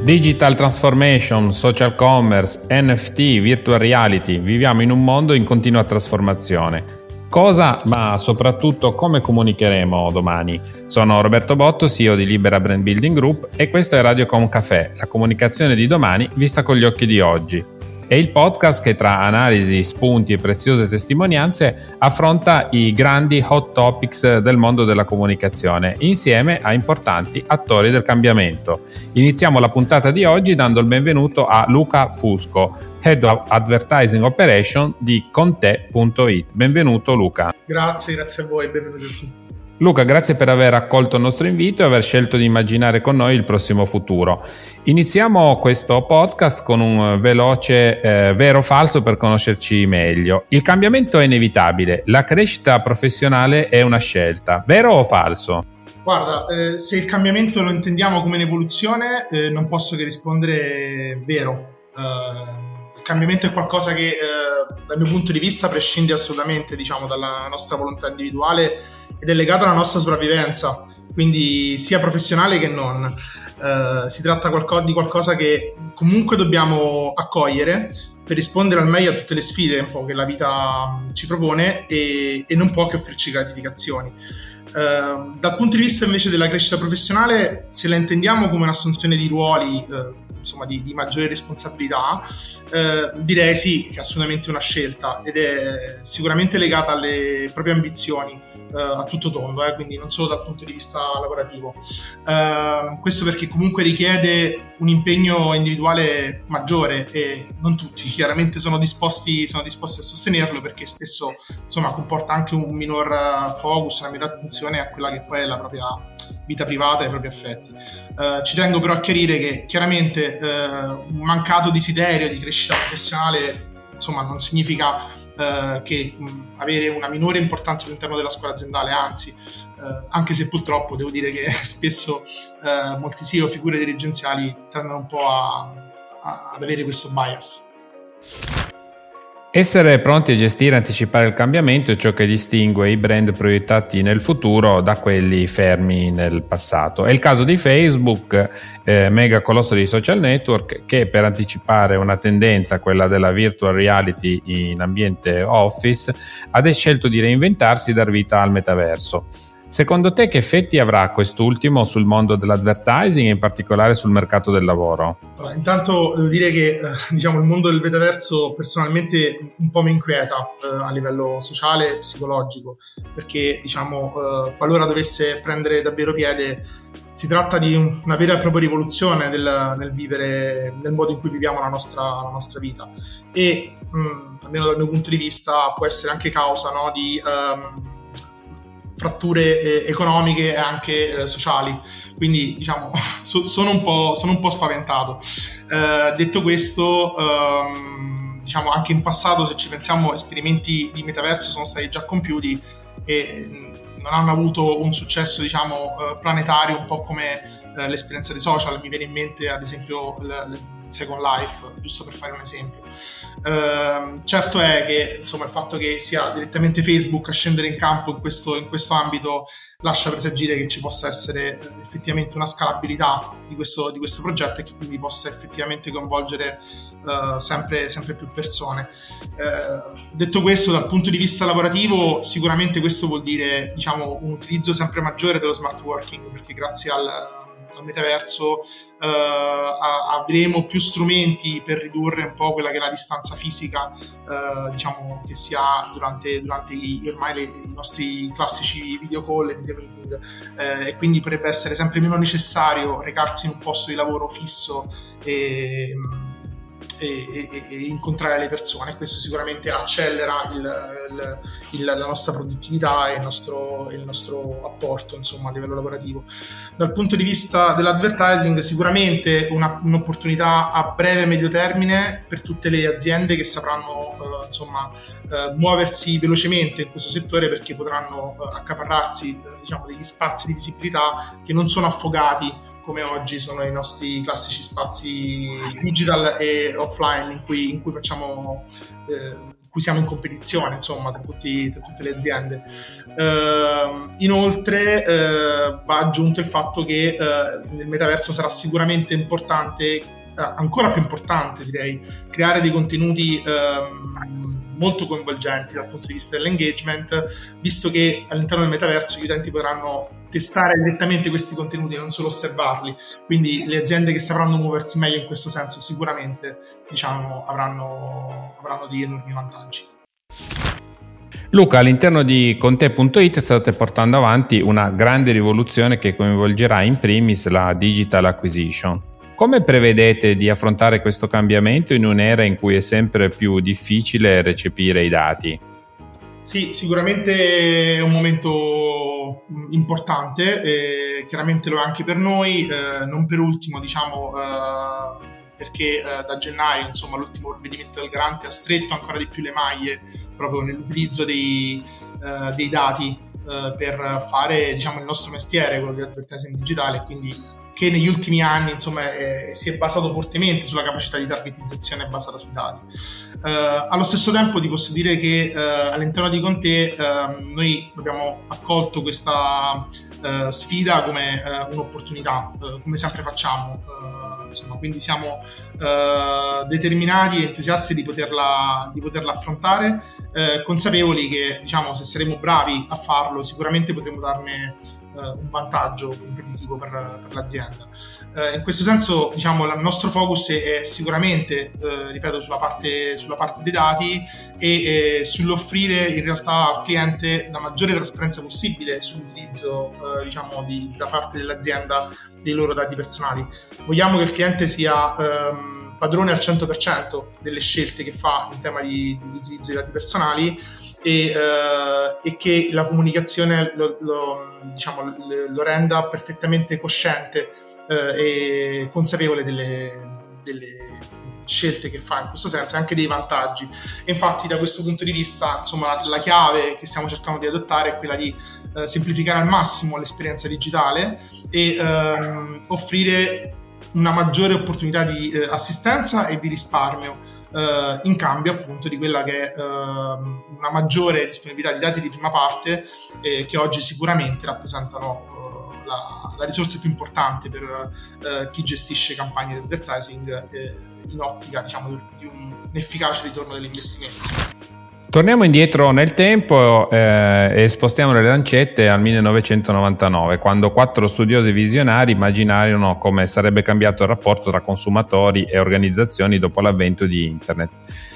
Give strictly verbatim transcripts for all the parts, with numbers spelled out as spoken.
Digital transformation, social commerce, N F T, virtual reality, viviamo in un mondo in continua trasformazione. Cosa, ma soprattutto come comunicheremo domani? Sono Roberto Botto, C E O di Libera Brand Building Group e questo è Radiocom Café, la comunicazione di domani vista con gli occhi di oggi. È il podcast che tra analisi, spunti e preziose testimonianze affronta i grandi hot topics del mondo della comunicazione insieme a importanti attori del cambiamento. Iniziamo la puntata di oggi dando il benvenuto a Luca Fusco, Head of Advertising Operation di Conte punto it. Benvenuto Luca. Grazie, grazie a voi, benvenuti a tutti. Luca, grazie per aver accolto il nostro invito e aver scelto di immaginare con noi il prossimo futuro. Iniziamo questo podcast con un veloce eh, vero o falso per conoscerci meglio. Il cambiamento è inevitabile, la crescita professionale è una scelta, vero o falso? Guarda, eh, se il cambiamento lo intendiamo come un'evoluzione, eh, non posso che rispondere vero. Uh, il cambiamento è qualcosa che eh, dal mio punto di vista prescinde assolutamente, diciamo, dalla nostra volontà individuale ed è legato alla nostra sopravvivenza, quindi sia professionale che non. Uh, si tratta qualco- di qualcosa che comunque dobbiamo accogliere per rispondere al meglio a tutte le sfide un po' che la vita ci propone e, e non può che offrirci gratificazioni. Uh, dal punto di vista invece della crescita professionale, se la intendiamo come un'assunzione di ruoli, uh, insomma di, di maggiore responsabilità, uh, direi sì, che è assolutamente una scelta ed è sicuramente legata alle proprie ambizioni, uh, a tutto tondo, eh, quindi non solo dal punto di vista lavorativo. Uh, questo perché comunque richiede un impegno individuale maggiore e non tutti chiaramente sono disposti, sono disposti a sostenerlo, perché spesso insomma comporta anche un minor focus, una minore attenzione a quella che poi è la propria vita privata e i propri affetti. Uh, ci tengo però a chiarire che chiaramente uh, un mancato desiderio di crescita professionale insomma non significa uh, che mh, avere una minore importanza all'interno della scuola aziendale, anzi uh, anche se purtroppo devo dire che spesso uh, molti C E O, figure dirigenziali tendono un po' a, a, ad avere questo bias. Essere pronti a gestire e anticipare il cambiamento è ciò che distingue i brand proiettati nel futuro da quelli fermi nel passato. È il caso di Facebook, eh, mega colosso di social network, che per anticipare una tendenza, quella della virtual reality in ambiente office, ha scelto di reinventarsi e dar vita al metaverso. Secondo te che effetti avrà quest'ultimo sul mondo dell'advertising e in particolare sul mercato del lavoro? Allora, intanto devo dire che eh, diciamo, il mondo del metaverso personalmente un po' mi inquieta eh, a livello sociale e psicologico, perché diciamo eh, qualora dovesse prendere davvero piede si tratta di un, una vera e propria rivoluzione del, nel vivere, nel modo in cui viviamo la nostra, la nostra vita e mh, almeno dal mio punto di vista può essere anche causa, no, di um, fratture eh, economiche e anche eh, sociali, quindi diciamo so, sono, un po', sono un po' spaventato. Eh, detto questo, ehm, diciamo anche in passato, se ci pensiamo, esperimenti di metaverso sono stati già compiuti e non hanno avuto un successo diciamo eh, planetario, un po' come eh, l'esperienza dei social. Mi viene in mente ad esempio l- l- Second Life, giusto per fare un esempio. Uh, certo è che insomma il fatto che sia direttamente Facebook a scendere in campo in questo, in questo ambito lascia presagire che ci possa essere uh, effettivamente una scalabilità di questo, di questo progetto e che quindi possa effettivamente coinvolgere uh, sempre, sempre più persone. Uh, detto questo, dal punto di vista lavorativo sicuramente questo vuol dire diciamo un utilizzo sempre maggiore dello smart working, perché grazie al al metaverso uh, avremo più strumenti per ridurre un po' quella che è la distanza fisica uh, diciamo che si ha durante, durante i, ormai le, i nostri classici video call e video meeting uh, e quindi potrebbe essere sempre meno necessario recarsi in un posto di lavoro fisso e E, e, e incontrare le persone. Questo sicuramente accelera il, il, il, la nostra produttività e il nostro, il nostro apporto insomma a livello lavorativo. Dal punto di vista dell'advertising sicuramente una, un'opportunità a breve e medio termine per tutte le aziende che sapranno eh, insomma eh, muoversi velocemente in questo settore, perché potranno eh, accaparrarsi eh, diciamo degli spazi di visibilità che non sono affogati come oggi sono i nostri classici spazi digital e offline in cui, in cui facciamo eh, cui siamo in competizione, insomma, tra, tutti, tra tutte le aziende. Uh, inoltre uh, va aggiunto il fatto che uh, nel metaverso sarà sicuramente importante, uh, ancora più importante direi, creare dei contenuti uh, molto coinvolgenti dal punto di vista dell'engagement, visto che all'interno del metaverso gli utenti potranno testare direttamente questi contenuti e non solo osservarli, quindi le aziende che sapranno muoversi meglio in questo senso sicuramente, diciamo, avranno, avranno degli enormi vantaggi. Luca, all'interno di Conte punto it state portando avanti una grande rivoluzione che coinvolgerà in primis la digital acquisition. Come prevedete di affrontare questo cambiamento in un'era in cui è sempre più difficile recepire i dati? Sì, sicuramente è un momento importante, e chiaramente lo è anche per noi, eh, non per ultimo, diciamo, eh, perché eh, da gennaio, insomma, l'ultimo provvedimento del Garante ha stretto ancora di più le maglie proprio nell'utilizzo dei, eh, dei dati eh, per fare, diciamo, il nostro mestiere, quello di advertising digitale, quindi che negli ultimi anni, insomma, eh, si è basato fortemente sulla capacità di targetizzazione basata sui dati. Eh, allo stesso tempo ti posso dire che eh, all'interno di Conte eh, noi abbiamo accolto questa eh, sfida come eh, un'opportunità, eh, come sempre facciamo. Eh, insomma, quindi siamo eh, determinati e entusiasti di poterla, di poterla affrontare, eh, consapevoli che, diciamo, se saremo bravi a farlo sicuramente potremo darne un vantaggio competitivo per, per l'azienda. Eh, in questo senso, diciamo, il nostro focus è sicuramente, eh, ripeto, sulla parte, sulla parte dei dati e eh, sull'offrire in realtà al cliente la maggiore trasparenza possibile sull'utilizzo, eh, diciamo, di, da parte dell'azienda dei loro dati personali. Vogliamo che il cliente sia ehm, padrone al cento per cento delle scelte che fa in tema di, di utilizzo dei dati personali, E, uh, e che la comunicazione lo, lo, diciamo, lo renda perfettamente cosciente uh, e consapevole delle, delle scelte che fa in questo senso e anche dei vantaggi. E infatti da questo punto di vista, insomma, la chiave che stiamo cercando di adottare è quella di uh, semplificare al massimo l'esperienza digitale e uh, offrire una maggiore opportunità di uh, assistenza e di risparmio Uh, in cambio appunto di quella che è uh, una maggiore disponibilità di dati di prima parte, eh, che oggi sicuramente rappresentano uh, la, la risorsa più importante per uh, chi gestisce campagne di advertising eh, in ottica, diciamo, di un, un efficace ritorno dell'investimento. Torniamo indietro nel tempo eh, e spostiamo le lancette al millenovecentonovantanove, quando quattro studiosi visionari immaginarono come sarebbe cambiato il rapporto tra consumatori e organizzazioni dopo l'avvento di Internet.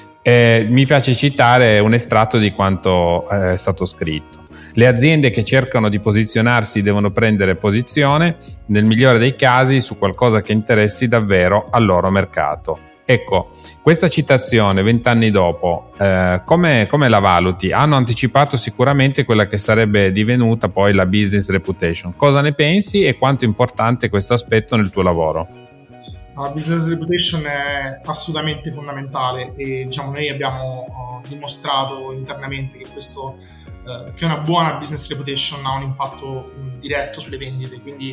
Eh, mi piace citare un estratto di quanto eh, è stato scritto. Le aziende che cercano di posizionarsi devono prendere posizione, nel migliore dei casi, su qualcosa che interessi davvero al loro mercato. Ecco, questa citazione vent'anni dopo, eh, come, come la valuti? Hanno anticipato sicuramente quella che sarebbe divenuta poi la business reputation. Cosa ne pensi e quanto è importante questo aspetto nel tuo lavoro? La business reputation è assolutamente fondamentale e, diciamo, noi abbiamo uh, dimostrato internamente che questo uh, che una buona business reputation ha un impatto um, diretto sulle vendite, quindi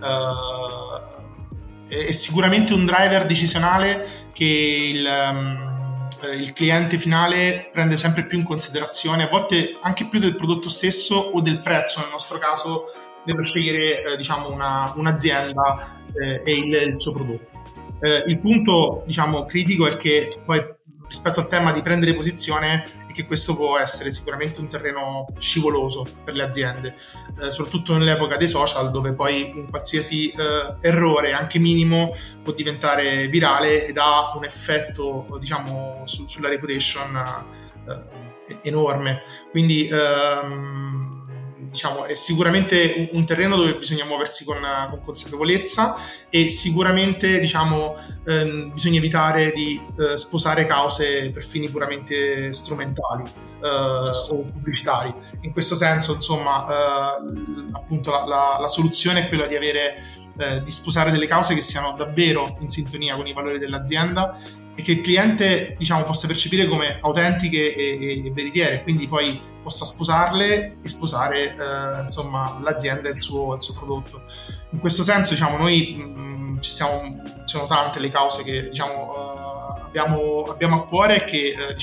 uh, è sicuramente un driver decisionale che il, um, il cliente finale prende sempre più in considerazione, a volte anche più del prodotto stesso o del prezzo, nel nostro caso, nello scegliere eh, diciamo una, un'azienda eh, e il, il suo prodotto. Eh, il punto, diciamo, critico è che poi, rispetto al tema di prendere posizione, è che questo può essere sicuramente un terreno scivoloso per le aziende, eh, soprattutto nell'epoca dei social, dove poi un qualsiasi eh, errore, anche minimo, può diventare virale ed ha un effetto, diciamo, su, sulla reputation eh, enorme. Quindi ehm, diciamo, è sicuramente un, un terreno dove bisogna muoversi con, con consapevolezza e sicuramente, diciamo, ehm, bisogna evitare di eh, sposare cause per fini puramente strumentali eh, o pubblicitari. In questo senso, insomma, eh, appunto la, la, la soluzione è quella di avere eh, di sposare delle cause che siano davvero in sintonia con i valori dell'azienda e che il cliente, diciamo, possa percepire come autentiche e, e veritiere, quindi poi possa sposarle e sposare eh, insomma l'azienda e il suo, il suo prodotto. In questo senso, diciamo, noi mh, ci siamo, ci sono tante le cause che, diciamo, uh, abbiamo, abbiamo a cuore e che uh, diciamo,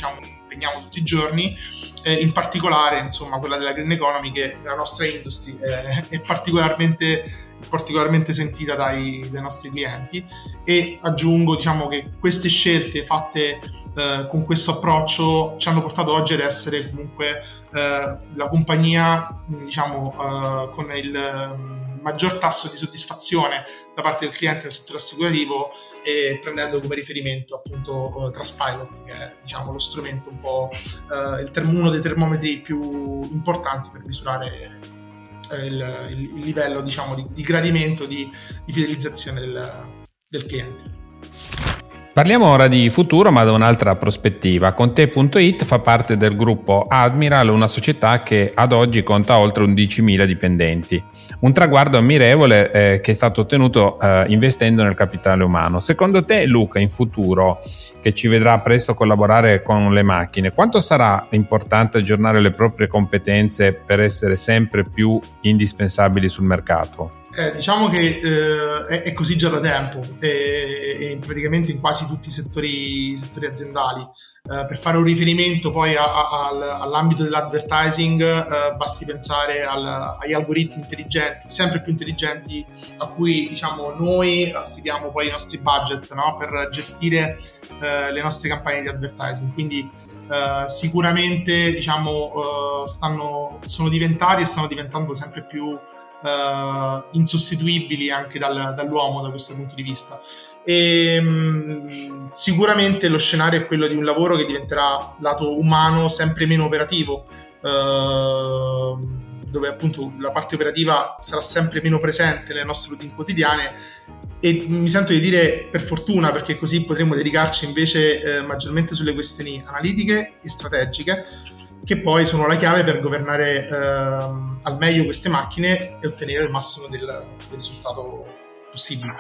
impegniamo tutti i giorni, eh, in particolare insomma quella della green economy, che nella nostra industry è, è particolarmente particolarmente sentita dai, dai nostri clienti. E aggiungo, diciamo, che queste scelte fatte eh, con questo approccio ci hanno portato oggi ad essere comunque eh, la compagnia, diciamo, eh, con il eh, maggior tasso di soddisfazione da parte del cliente nel settore assicurativo, e prendendo come riferimento appunto uh, Trustpilot, che è, diciamo, lo strumento un po' uh, il term- uno dei termometri più importanti per misurare Il, il, il livello, diciamo, di, di gradimento, di, di fidelizzazione del, del cliente. Parliamo ora di futuro, ma da un'altra prospettiva. Conte punto it fa parte del gruppo Admiral, una società che ad oggi conta oltre undicimila dipendenti. Un traguardo ammirevole eh, che è stato ottenuto eh, investendo nel capitale umano. Secondo te, Luca, in futuro, che ci vedrà presto collaborare con le macchine, quanto sarà importante aggiornare le proprie competenze per essere sempre più indispensabili sul mercato? Eh, diciamo che eh, è, è così già da tempo, e, e praticamente in quasi tutti i settori, settori aziendali. Eh, per fare un riferimento poi a, a, al, all'ambito dell'advertising, eh, basti pensare al, agli algoritmi intelligenti, sempre più intelligenti, a cui, diciamo, noi affidiamo poi i nostri budget, no? Per gestire eh, le nostre campagne di advertising. Quindi eh, sicuramente, diciamo, eh, stanno, sono diventati e stanno diventando sempre più Uh, insostituibili anche dal, dall'uomo da questo punto di vista. E um, sicuramente lo scenario è quello di un lavoro che diventerà lato umano sempre meno operativo, uh, dove appunto la parte operativa sarà sempre meno presente nelle nostre routine quotidiane, e mi sento di dire per fortuna, perché così potremo dedicarci invece eh, maggiormente sulle questioni analitiche e strategiche, che poi sono la chiave per governare ehm, al meglio queste macchine e ottenere il massimo del, del risultato possibile.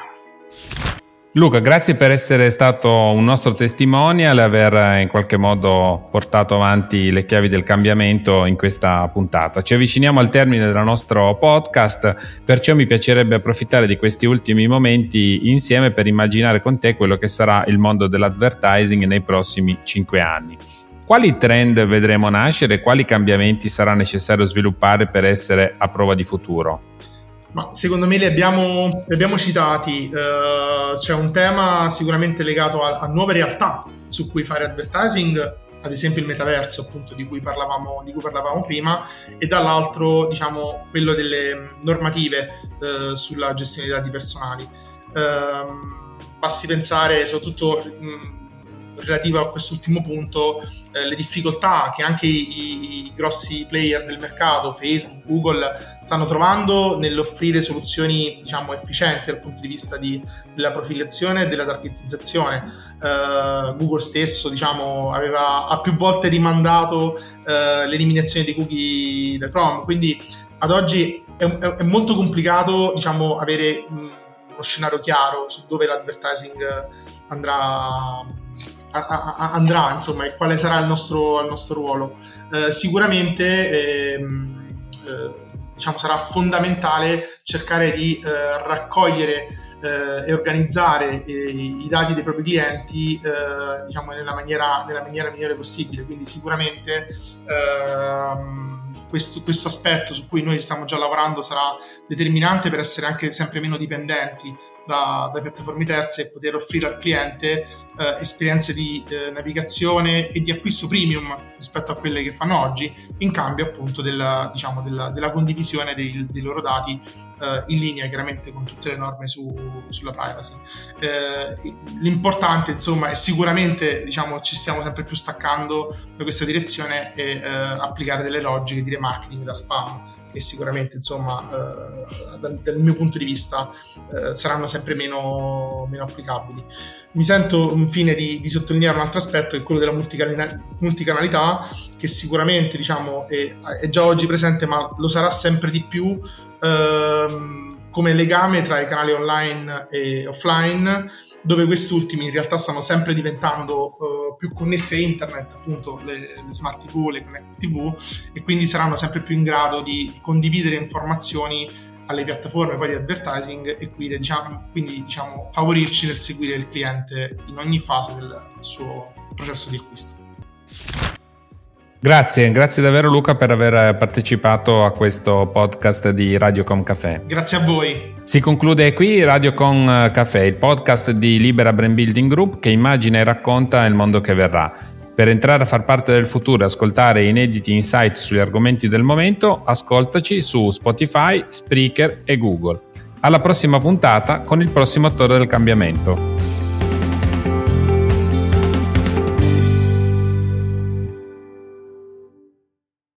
Luca, grazie per essere stato un nostro testimonial e aver in qualche modo portato avanti le chiavi del cambiamento in questa puntata. Ci avviciniamo al termine del nostro podcast, perciò mi piacerebbe approfittare di questi ultimi momenti insieme per immaginare con te quello che sarà il mondo dell'advertising nei prossimi cinque anni. Quali trend vedremo nascere e quali cambiamenti sarà necessario sviluppare per essere a prova di futuro? Ma secondo me li abbiamo, li abbiamo citati. Uh, c'è un tema sicuramente legato a, a nuove realtà su cui fare advertising, ad esempio il metaverso, appunto, di cui parlavamo, di cui parlavamo prima, e dall'altro, diciamo, quello delle normative uh, sulla gestione dei dati personali. Uh, basti pensare soprattutto mh, relativo a quest'ultimo punto, eh, le difficoltà che anche i, i grossi player del mercato, Facebook, Google, stanno trovando nell'offrire soluzioni, diciamo, efficienti dal punto di vista di, della profilazione e della targetizzazione. Uh, Google stesso, diciamo, aveva ha più volte rimandato uh, l'eliminazione dei cookie da Chrome, quindi ad oggi è, è, è molto complicato, diciamo, avere mh, uno scenario chiaro su dove l'advertising andrà A, a, andrà, insomma, e quale sarà il nostro, il nostro ruolo. Eh, sicuramente ehm, eh, diciamo, sarà fondamentale cercare di eh, raccogliere eh, e organizzare eh, i dati dei propri clienti eh, diciamo, nella maniera, nella maniera migliore possibile. Quindi sicuramente ehm, questo, questo aspetto su cui noi stiamo già lavorando sarà determinante per essere anche sempre meno dipendenti Da, da piattaforme terze e poter offrire al cliente eh, esperienze di eh, navigazione e di acquisto premium rispetto a quelle che fanno oggi, in cambio appunto della, diciamo, della, della condivisione dei, dei loro dati eh, in linea chiaramente con tutte le norme su, sulla privacy. Eh, l'importante, insomma, è sicuramente, diciamo, ci stiamo sempre più staccando da questa direzione e eh, applicare delle logiche di remarketing da spam, che sicuramente, insomma, eh, dal, dal mio punto di vista eh, saranno sempre meno, meno applicabili. Mi sento infine di, di sottolineare un altro aspetto, che è quello della multicanalità, multicanalità che sicuramente, diciamo, è, è già oggi presente, ma lo sarà sempre di più ehm, come legame tra i canali online e offline, dove questi ultimi in realtà stanno sempre diventando uh, più connessi a internet, appunto le, le smart tivù, le connected tivù, e quindi saranno sempre più in grado di condividere informazioni alle piattaforme poi di advertising e quindi, diciamo, quindi diciamo, favorirci nel seguire il cliente in ogni fase del suo processo di acquisto. Grazie, grazie davvero Luca per aver partecipato a questo podcast di Radiocom Café. Grazie a voi. Si conclude qui Radiocom Café, il podcast di Libera Brand Building Group che immagina e racconta il mondo che verrà. Per entrare a far parte del futuro e ascoltare inediti insight sugli argomenti del momento, ascoltaci su Spotify, Spreaker e Google. Alla prossima puntata con il prossimo attore del cambiamento.